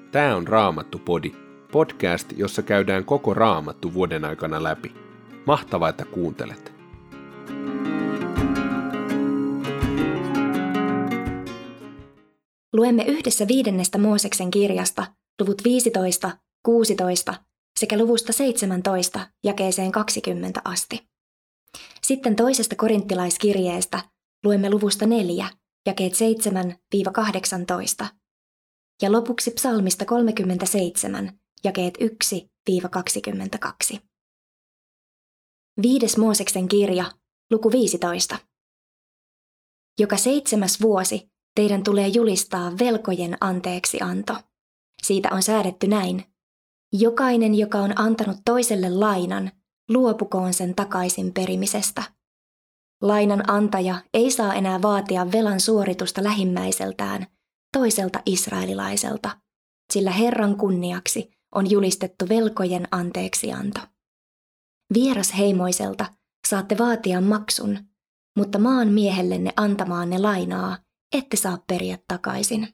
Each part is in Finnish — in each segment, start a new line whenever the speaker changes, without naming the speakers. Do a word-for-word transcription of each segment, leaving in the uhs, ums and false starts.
Tää on Raamattu-podi, podcast, jossa käydään koko Raamattu vuoden aikana läpi. Mahtavaa, että kuuntelet!
Luemme yhdessä viidennestä Mooseksen kirjasta luvut viisitoista, kuusitoista sekä luvusta seitsemäntoista jakeeseen kaksikymmentä asti. Sitten toisesta korinttilaiskirjeestä luemme luvusta neljä, jakeet seitsemän kahdeksantoista. Ja lopuksi psalmista kolmekymmentäseitsemän, jakeet yksi kaksikymmentäkaksi. Viides Mooseksen kirja, luku viisitoista. Joka seitsemäs vuosi teidän tulee julistaa velkojen anteeksianto. Siitä on säädetty näin. Jokainen, joka on antanut toiselle lainan, luopukoon sen takaisin perimisestä. Lainan antaja ei saa enää vaatia velan suoritusta lähimmäiseltään, toiselta israelilaiselta, sillä Herran kunniaksi on julistettu velkojen anteeksianto. Vierasheimoiselta saatte vaatia maksun, mutta maan miehellenne antamaanne lainaa ette saa periä takaisin.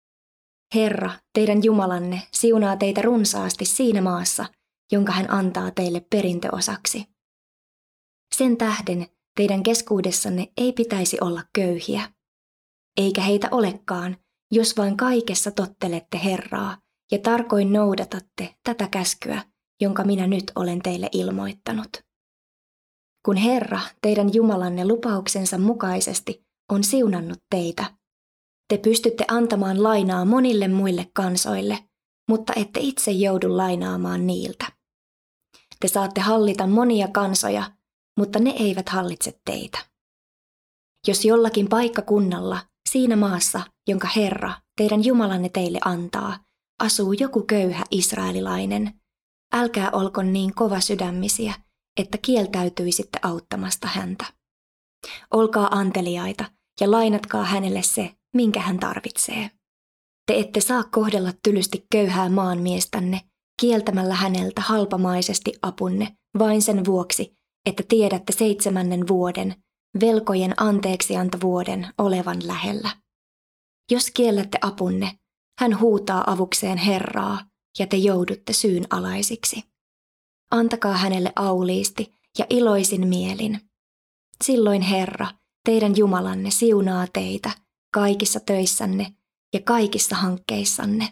Herra, teidän Jumalanne, siunaa teitä runsaasti siinä maassa, jonka hän antaa teille perintöosaksi. Sen tähden teidän keskuudessanne ei pitäisi olla köyhiä. Eikä heitä olekaan, jos vain kaikessa tottelette Herraa ja tarkoin noudatatte tätä käskyä, jonka minä nyt olen teille ilmoittanut. Kun Herra, teidän Jumalanne lupauksensa mukaisesti, on siunannut teitä, te pystytte antamaan lainaa monille muille kansoille, mutta ette itse joudu lainaamaan niiltä. Te saatte hallita monia kansoja, mutta ne eivät hallitse teitä. Jos jollakin paikkakunnalla, siinä maassa, jonka Herra, teidän Jumalanne teille antaa, asuu joku köyhä israelilainen, älkää olko niin kova sydämisiä, että kieltäytyisitte auttamasta häntä. Olkaa anteliaita ja lainatkaa hänelle se, minkä hän tarvitsee. Te ette saa kohdella tylysti köyhää maanmiestänne, kieltämällä häneltä halpamaisesti apunne vain sen vuoksi, että tiedätte seitsemännen vuoden, velkojen anteeksiantovuoden olevan lähellä. Jos kiellätte apunne, hän huutaa avukseen Herraa ja te joudutte syyn alaisiksi. Antakaa hänelle auliisti ja iloisin mielin. Silloin Herra, teidän Jumalanne siunaa teitä kaikissa töissänne ja kaikissa hankkeissanne.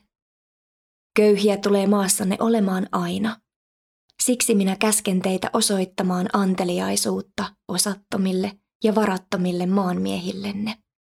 Köyhiä tulee maassanne olemaan aina. Siksi minä käsken teitä osoittamaan anteliaisuutta osattomille ja varattomille maanmiehillenne.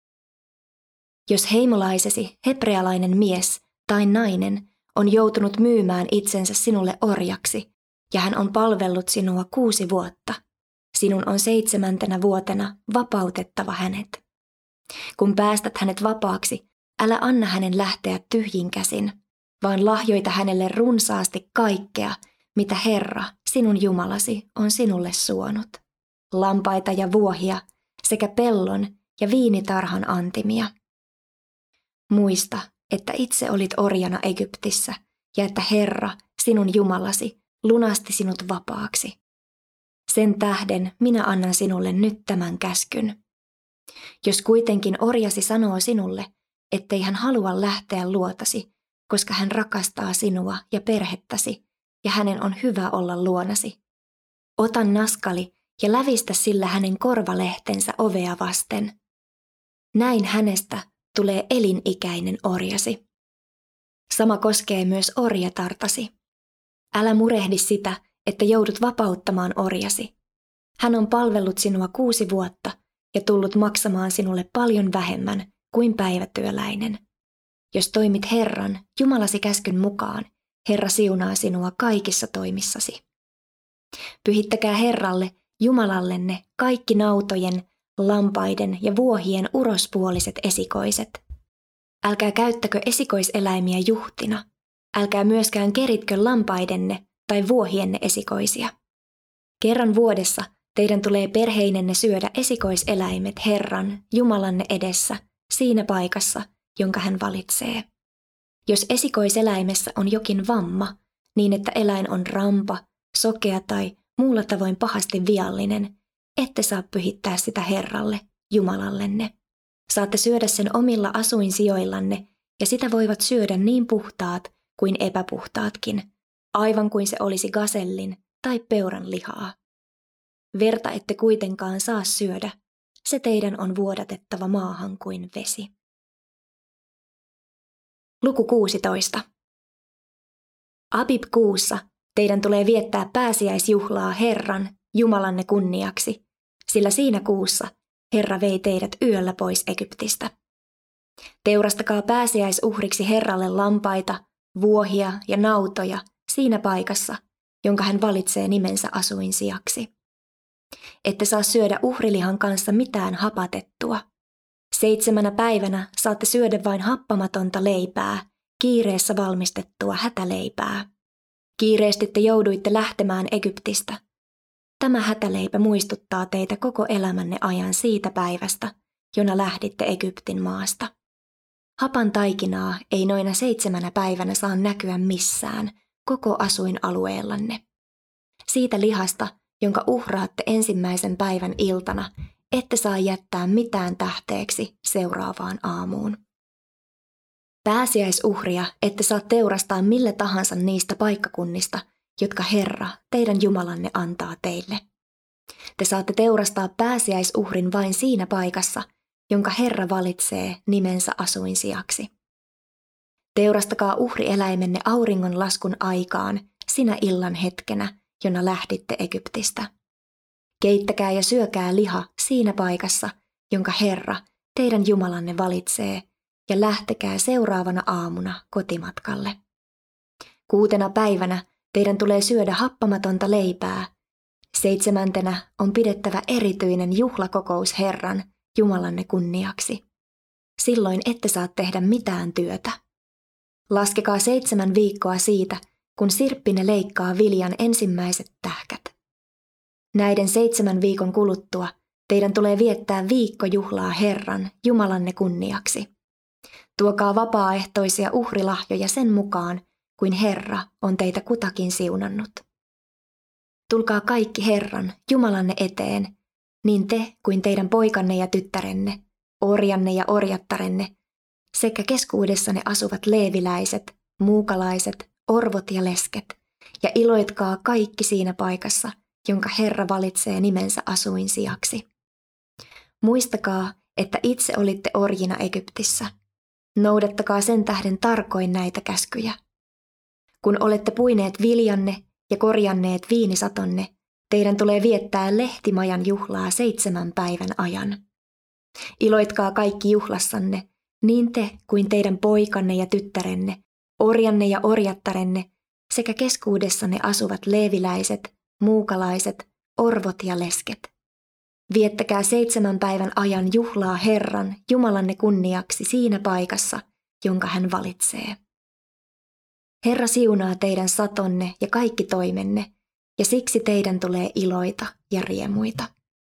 Jos heimolaisesi, hebrealainen mies tai nainen, on joutunut myymään itsensä sinulle orjaksi ja hän on palvellut sinua kuusi vuotta, sinun on seitsemäntenä vuotena vapautettava hänet. Kun päästät hänet vapaaksi, älä anna hänen lähteä tyhjin käsin, vaan lahjoita hänelle runsaasti kaikkea, mitä Herra, sinun Jumalasi, on sinulle suonut. Lampaita ja vuohia sekä pellon ja viinitarhan antimia. Muista, että itse olit orjana Egyptissä ja että Herra, sinun Jumalasi, lunasti sinut vapaaksi. Sen tähden minä annan sinulle nyt tämän käskyn. Jos kuitenkin orjasi sanoo sinulle, ettei hän halua lähteä luotasi, koska hän rakastaa sinua ja perhettäsi, ja hänen on hyvä olla luonasi. Ota naskali ja lävistä sillä hänen korvalehtensä ovea vasten. Näin hänestä tulee elinikäinen orjasi. Sama koskee myös orjatartasi. Älä murehdi sitä, että joudut vapauttamaan orjasi. Hän on palvellut sinua kuusi vuotta ja tullut maksamaan sinulle paljon vähemmän kuin päivätyöläinen. Jos toimit Herran, Jumalasi käskyn mukaan, Herra siunaa sinua kaikissa toimissasi. Pyhittäkää Herralle, Jumalallenne, kaikki nautojen, lampaiden ja vuohien urospuoliset esikoiset. Älkää käyttäkö esikoiseläimiä juhtina, älkää myöskään keritkö lampaidenne tai vuohienne esikoisia. Kerran vuodessa teidän tulee perheinenne syödä esikoiseläimet Herran, Jumalanne edessä, siinä paikassa, jonka hän valitsee. Jos esikoiseläimessä on jokin vamma, niin että eläin on rampa, sokea tai muulla tavoin pahasti viallinen, ette saa pyhittää sitä Herralle, Jumalallenne. Saatte syödä sen omilla asuinsijoillanne, ja sitä voivat syödä niin puhtaat kuin epäpuhtaatkin, aivan kuin se olisi gasellin tai peuran lihaa. Verta ette kuitenkaan saa syödä, se teidän on vuodatettava maahan kuin vesi. Luku kuusitoista. Abib-kuussa teidän tulee viettää pääsiäisjuhlaa Herran, Jumalanne kunniaksi, sillä siinä kuussa Herra vei teidät yöllä pois Egyptistä. Teurastakaa pääsiäisuhriksi Herralle lampaita, vuohia ja nautoja siinä paikassa, jonka hän valitsee nimensä asuinsijaksi. Ette saa syödä uhrilihan kanssa mitään hapatettua. Seitsemänä päivänä saatte syödä vain happamatonta leipää, kiireessä valmistettua hätäleipää. Kiireesti te jouduitte lähtemään Egyptistä. Tämä hätäleipä muistuttaa teitä koko elämänne ajan siitä päivästä, jona lähditte Egyptin maasta. Hapan taikinaa ei noina seitsemänä päivänä saa näkyä missään koko asuinalueellanne. Siitä lihasta, jonka uhraatte ensimmäisen päivän iltana, ette saa jättää mitään tähteeksi seuraavaan aamuun. Pääsiäisuhria ette saa teurastaa millä tahansa niistä paikkakunnista, jotka Herra, teidän Jumalanne, antaa teille. Te saatte teurastaa pääsiäisuhrin vain siinä paikassa, jonka Herra valitsee nimensä asuinsijaksi. Teurastakaa uhrieläimenne auringon laskun aikaan sinä illan hetkenä, jona lähditte Egyptistä. Keittäkää ja syökää liha siinä paikassa, jonka Herra, teidän Jumalanne, valitsee, ja lähtekää seuraavana aamuna kotimatkalle. Kuutena päivänä teidän tulee syödä happamatonta leipää. Seitsemäntenä on pidettävä erityinen juhlakokous Herran, Jumalanne kunniaksi. Silloin ette saa tehdä mitään työtä. Laskekaa seitsemän viikkoa siitä, kun sirppine leikkaa viljan ensimmäiset tähkät. Näiden seitsemän viikon kuluttua teidän tulee viettää viikkojuhlaa Herran, Jumalanne kunniaksi. Tuokaa vapaaehtoisia uhrilahjoja sen mukaan, kuin Herra on teitä kutakin siunannut. Tulkaa kaikki Herran, Jumalanne eteen, niin te kuin teidän poikanne ja tyttärenne, orjanne ja orjattarenne, sekä keskuudessanne asuvat leeviläiset, muukalaiset, orvot ja lesket, ja iloitkaa kaikki siinä paikassa, jonka Herra valitsee nimensä asuinsijaksi. Muistakaa, että itse olitte orjina Egyptissä. Noudattakaa sen tähden tarkoin näitä käskyjä. Kun olette puineet viljanne ja korjanneet viinisatonne, teidän tulee viettää lehtimajan juhlaa seitsemän päivän ajan. Iloitkaa kaikki juhlassanne, niin te kuin teidän poikanne ja tyttärenne, orjanne ja orjattarenne, sekä keskuudessanne asuvat leeviläiset, muukalaiset, orvot ja lesket. Viettäkää seitsemän päivän ajan juhlaa Herran, Jumalanne kunniaksi siinä paikassa, jonka hän valitsee. Herra siunaa teidän satonne ja kaikki toimenne, ja siksi teidän tulee iloita ja riemuita.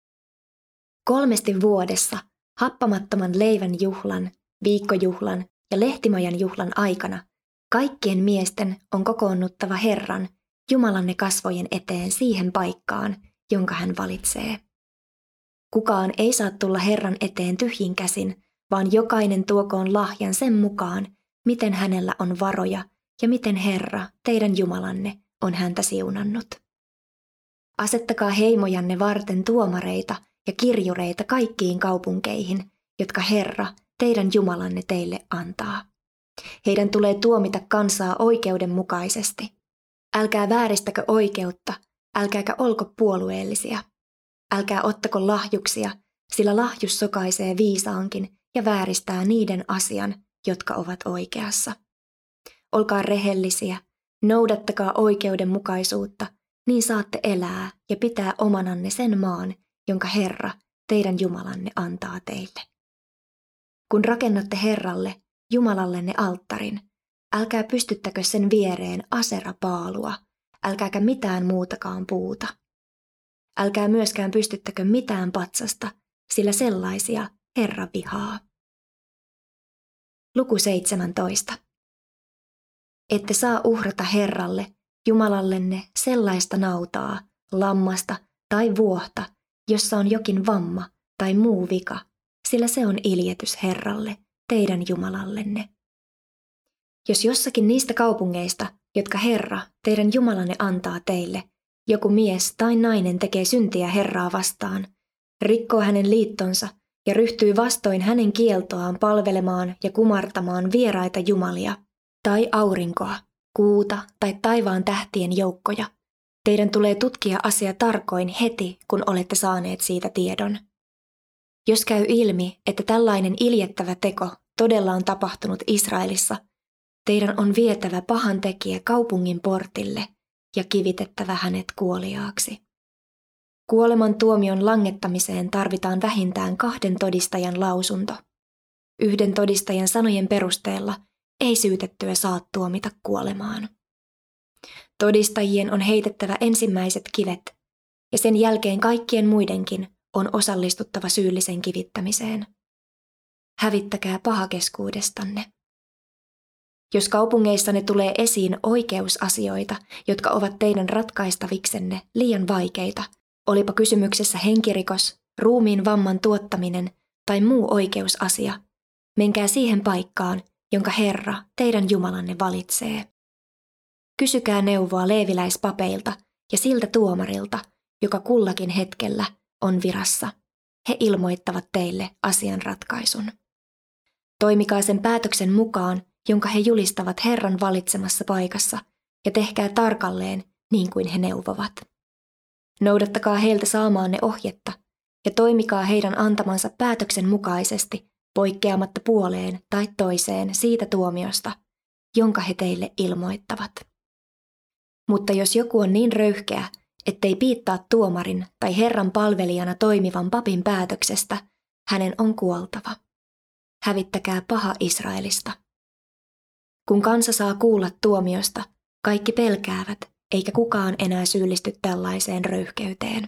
Kolmesti vuodessa happamattoman leivän juhlan, viikkojuhlan ja lehtimajan juhlan aikana kaikkien miesten on kokoonnuttava Herran, Jumalanne kasvojen eteen siihen paikkaan, jonka hän valitsee. Kukaan ei saa tulla Herran eteen tyhjin käsin, vaan jokainen tuokoon lahjan sen mukaan, miten hänellä on varoja ja miten Herra, teidän Jumalanne, on häntä siunannut. Asettakaa heimojanne varten tuomareita ja kirjureita kaikkiin kaupunkeihin, jotka Herra, teidän Jumalanne, teille antaa. Heidän tulee tuomita kansaa oikeudenmukaisesti. Älkää vääristäkö oikeutta, älkääkä olko puolueellisia. Älkää ottako lahjuksia, sillä lahjus sokaisee viisaankin ja vääristää niiden asian, jotka ovat oikeassa. Olkaa rehellisiä, noudattakaa oikeudenmukaisuutta, niin saatte elää ja pitää omananne sen maan, jonka Herra, teidän Jumalanne, antaa teille. Kun rakennatte Herralle, Jumalallenne alttarin, älkää pystyttäkö sen viereen aserapaalua, älkääkä mitään muutakaan puuta. Älkää myöskään pystyttäkö mitään patsasta, sillä sellaisia Herra vihaa. Luku seitsemäntoista. Ette saa uhrata Herralle, Jumalallenne, sellaista nautaa, lammasta tai vuohta, jossa on jokin vamma tai muu vika, sillä se on iljetys Herralle, teidän Jumalallenne. Jos jossakin niistä kaupungeista, jotka Herra, teidän Jumalanne antaa teille, joku mies tai nainen tekee syntiä Herraa vastaan, rikkoo hänen liittonsa ja ryhtyy vastoin hänen kieltoaan palvelemaan ja kumartamaan vieraita jumalia, tai aurinkoa, kuuta tai taivaan tähtien joukkoja, teidän tulee tutkia asia tarkoin heti, kun olette saaneet siitä tiedon. Jos käy ilmi, että tällainen iljettävä teko todella on tapahtunut Israelissa, teidän on vietävä pahan tekijä kaupungin portille ja kivitettävä hänet kuoliaaksi. Kuoleman tuomion langettamiseen tarvitaan vähintään kahden todistajan lausunto. Yhden todistajan sanojen perusteella ei syytettyä saa tuomita kuolemaan. Todistajien on heitettävä ensimmäiset kivet, ja sen jälkeen kaikkien muidenkin on osallistuttava syyllisen kivittämiseen. Hävittäkää paha keskuudestanne. Jos kaupungeissanne tulee esiin oikeusasioita, jotka ovat teidän ratkaistaviksenne liian vaikeita, olipa kysymyksessä henkirikos, ruumiin vamman tuottaminen tai muu oikeusasia, menkää siihen paikkaan, jonka Herra, teidän Jumalanne, valitsee. Kysykää neuvoa leeviläispapeilta ja siltä tuomarilta, joka kullakin hetkellä on virassa. He ilmoittavat teille asian ratkaisun. Toimikaa sen päätöksen mukaan, jonka he julistavat Herran valitsemassa paikassa, ja tehkää tarkalleen niin kuin he neuvovat. Noudattakaa heiltä saamaanne ohjetta, ja toimikaa heidän antamansa päätöksen mukaisesti, poikkeamatta puoleen tai toiseen siitä tuomiosta, jonka he teille ilmoittavat. Mutta jos joku on niin röyhkeä, ettei piittaa tuomarin tai Herran palvelijana toimivan papin päätöksestä, hänen on kuoltava. Hävittäkää paha Israelista. Kun kansa saa kuulla tuomiosta, kaikki pelkäävät, eikä kukaan enää syyllisty tällaiseen röyhkeyteen.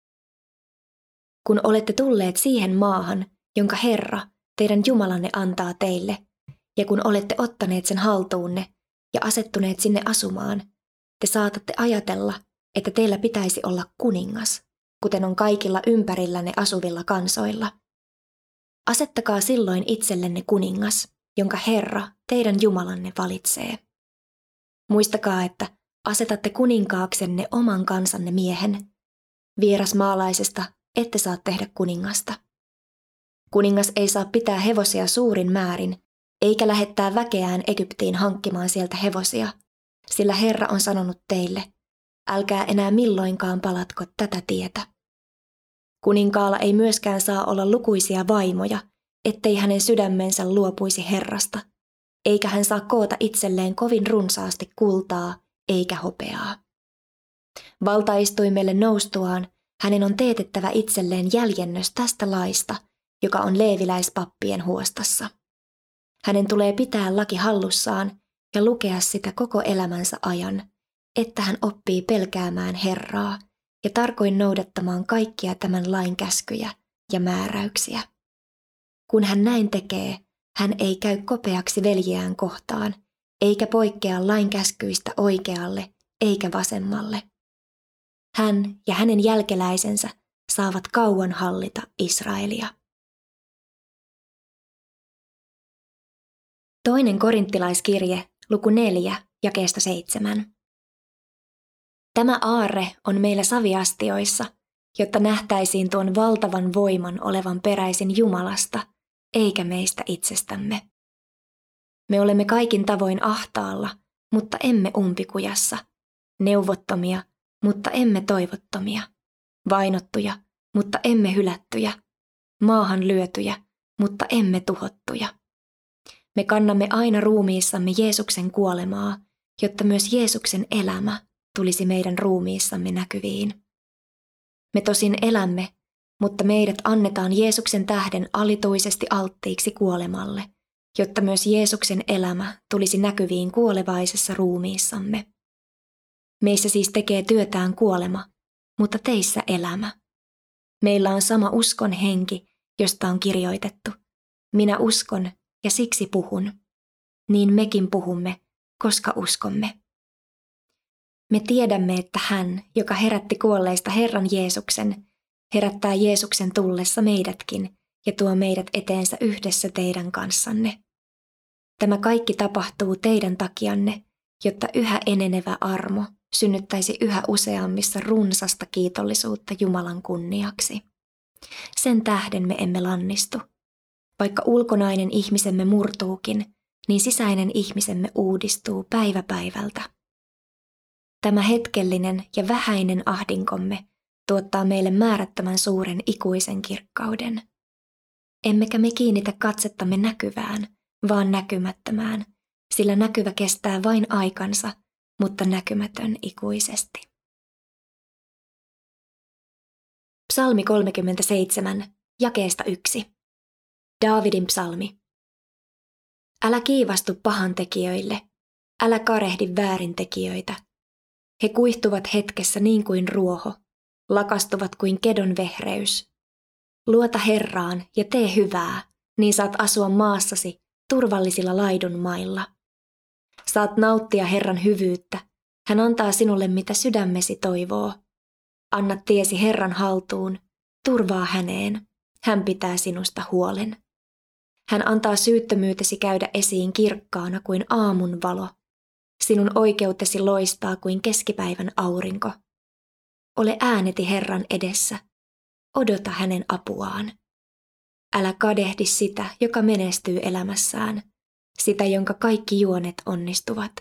Kun olette tulleet siihen maahan, jonka Herra, teidän Jumalanne, antaa teille, ja kun olette ottaneet sen haltuunne ja asettuneet sinne asumaan, te saatatte ajatella, että teillä pitäisi olla kuningas, kuten on kaikilla ympärillänne asuvilla kansoilla. Asettakaa silloin itsellenne kuningas, jonka Herra, teidän Jumalanne, valitsee. Muistakaa, että asetatte kuninkaaksenne oman kansanne miehen. Vierasmaalaisesta ette saa tehdä kuningasta. Kuningas ei saa pitää hevosia suurin määrin, eikä lähettää väkeään Egyptiin hankkimaan sieltä hevosia, sillä Herra on sanonut teille, älkää enää milloinkaan palatko tätä tietä. Kuninkaalla ei myöskään saa olla lukuisia vaimoja, ettei hänen sydämensä luopuisi Herrasta, eikä hän saa koota itselleen kovin runsaasti kultaa eikä hopeaa. Valtaistuimelle noustuaan hänen on teetettävä itselleen jäljennös tästä laista, joka on leeviläispappien huostassa. Hänen tulee pitää laki hallussaan ja lukea sitä koko elämänsä ajan, että hän oppii pelkäämään Herraa ja tarkoin noudattamaan kaikkia tämän lain käskyjä ja määräyksiä. Kun hän näin tekee, hän ei käy kopeaksi veljeään kohtaan, eikä poikkea lain käskyistä oikealle eikä vasemmalle. Hän ja hänen jälkeläisensä saavat kauan hallita Israelia. Toinen korinttilaiskirje, luku neljä, jakeesta seitsemän. Tämä aarre on meillä saviastioissa, jotta nähtäisiin tuon valtavan voiman olevan peräisin Jumalasta, eikä meistä itsestämme. Me olemme kaikin tavoin ahtaalla, mutta emme umpikujassa, neuvottomia, mutta emme toivottomia, vainottuja, mutta emme hylättyjä, maahan lyötyjä, mutta emme tuhottuja. Me kannamme aina ruumiissamme Jeesuksen kuolemaa, jotta myös Jeesuksen elämä tulisi meidän ruumiissamme näkyviin. Me tosin elämme, mutta meidät annetaan Jeesuksen tähden alituisesti alttiiksi kuolemalle, jotta myös Jeesuksen elämä tulisi näkyviin kuolevaisessa ruumiissamme. Meissä siis tekee työtään kuolema, mutta teissä elämä. Meillä on sama uskon henki, josta on kirjoitettu. Minä uskon ja siksi puhun. Niin mekin puhumme, koska uskomme. Me tiedämme, että hän, joka herätti kuolleista Herran Jeesuksen, herättää Jeesuksen tullessa meidätkin ja tuo meidät eteensä yhdessä teidän kanssanne. Tämä kaikki tapahtuu teidän takianne, jotta yhä enenevä armo synnyttäisi yhä useammissa runsasta kiitollisuutta Jumalan kunniaksi. Sen tähden me emme lannistu. Vaikka ulkonainen ihmisemme murtuukin, niin sisäinen ihmisemme uudistuu päivä päivältä. Tämä hetkellinen ja vähäinen ahdinkomme tuottaa meille määrättömän suuren ikuisen kirkkauden. Emmekä me kiinnitä katsettamme näkyvään, vaan näkymättömään, sillä näkyvä kestää vain aikansa, mutta näkymätön ikuisesti. Psalmi kolmekymmentäseitsemän, jakeesta yksi. Daavidin psalmi. Älä kiivastu pahantekijöille, älä karehdi väärintekijöitä. He kuihtuvat hetkessä niin kuin ruoho, lakastuvat kuin kedon vehreys. Luota Herraan ja tee hyvää, niin saat asua maassasi turvallisilla laidunmailla. Saat nauttia Herran hyvyyttä, hän antaa sinulle mitä sydämesi toivoo. Anna tiesi Herran haltuun, turvaa häneen, hän pitää sinusta huolen. Hän antaa syyttömyytesi käydä esiin kirkkaana kuin aamun valo. Sinun oikeutesi loistaa kuin keskipäivän aurinko. Ole ääneti Herran edessä. Odota hänen apuaan. Älä kadehdi sitä, joka menestyy elämässään, sitä, jonka kaikki juonet onnistuvat.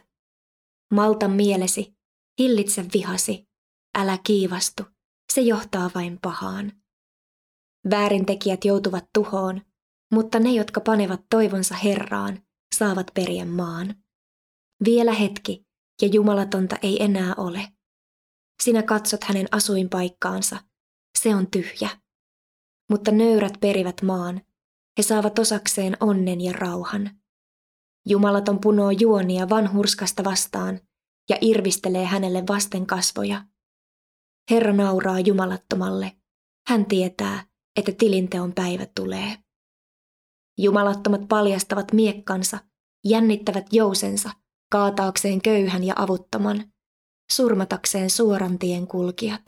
Malta mielesi, hillitse vihasi, älä kiivastu, se johtaa vain pahaan. Väärintekijät joutuvat tuhoon, mutta ne, jotka panevat toivonsa Herraan, saavat periä maan. Vielä hetki, ja jumalatonta ei enää ole. Sinä katsot hänen asuinpaikkaansa, se on tyhjä. Mutta nöyrät perivät maan, he saavat osakseen onnen ja rauhan. Jumalaton punoo juonia vanhurskasta vastaan ja irvistelee hänelle vasten kasvoja. Herra nauraa jumalattomalle, hän tietää, että tilinteon päivä tulee. Jumalattomat paljastavat miekkansa, jännittävät jousensa, kaataakseen köyhän ja avuttoman, surmatakseen suoran tien kulkijat.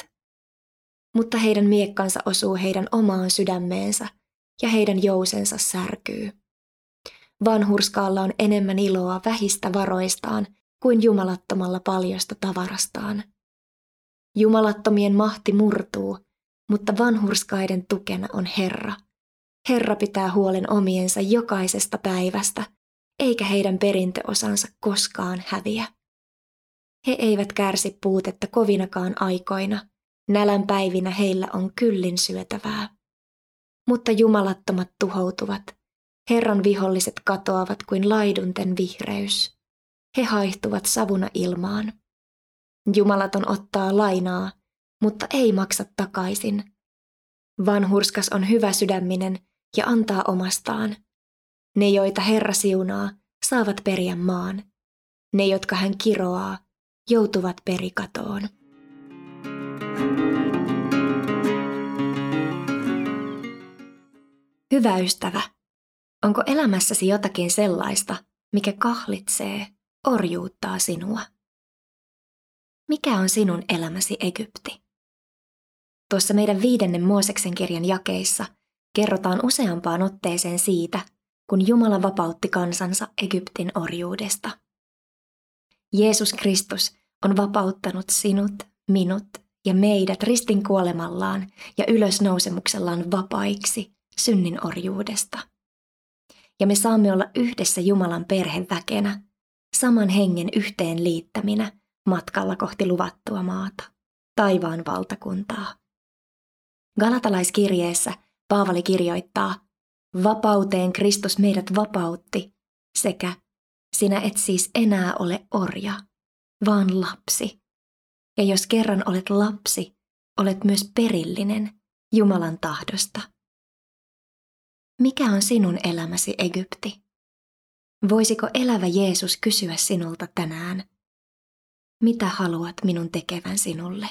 Mutta heidän miekkansa osuu heidän omaan sydämeensä ja heidän jousensa särkyy. Vanhurskaalla on enemmän iloa vähistä varoistaan kuin jumalattomalla paljosta tavarastaan. Jumalattomien mahti murtuu, mutta vanhurskaiden tukena on Herra. Herra pitää huolen omiensa jokaisesta päivästä, eikä heidän perintöosansa koskaan häviä. He eivät kärsi puutetta kovinakaan aikoina, nälän päivinä heillä on kyllin syötävää. Mutta jumalattomat tuhoutuvat, Herran viholliset katoavat kuin laidunten vihreys. He haihtuvat savuna ilmaan. Jumalaton ottaa lainaa, mutta ei maksa takaisin. Vanhurskas on hyvä sydäminen ja antaa omastaan. Ne, joita Herra siunaa, saavat periä maan. Ne, jotka hän kiroaa, joutuvat perikatoon. Hyvä ystävä, onko elämässäsi jotakin sellaista, mikä kahlitsee, orjuuttaa sinua? Mikä on sinun elämäsi Egypti? Tuossa meidän viidennen Mooseksen kirjan jakeissa kerrotaan useampaan otteeseen siitä, kun Jumala vapautti kansansa Egyptin orjuudesta. Jeesus Kristus on vapauttanut sinut, minut ja meidät ristin kuolemallaan ja ylösnousemuksellaan vapaiksi synnin orjuudesta. Ja me saamme olla yhdessä Jumalan perheväkenä, saman hengen yhteen liittäminä matkalla kohti luvattua maata, taivaan valtakuntaa. Galatalaiskirjeessä Paavali kirjoittaa, vapauteen Kristus meidät vapautti, sekä sinä et siis enää ole orja, vaan lapsi. Ja jos kerran olet lapsi, olet myös perillinen Jumalan tahdosta. Mikä on sinun elämäsi Egypti? Voisiko elävä Jeesus kysyä sinulta tänään, mitä haluat minun tekevän sinulle?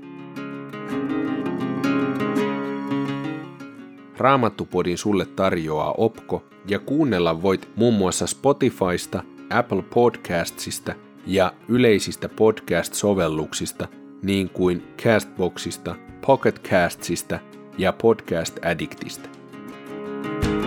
Raamattupodin sulle tarjoaa Opko ja kuunnella voit muun muassa Spotifysta, Apple Podcastsista ja yleisistä podcast-sovelluksista niin kuin Castboxista, Pocket Castsista ja Podcast Addictista.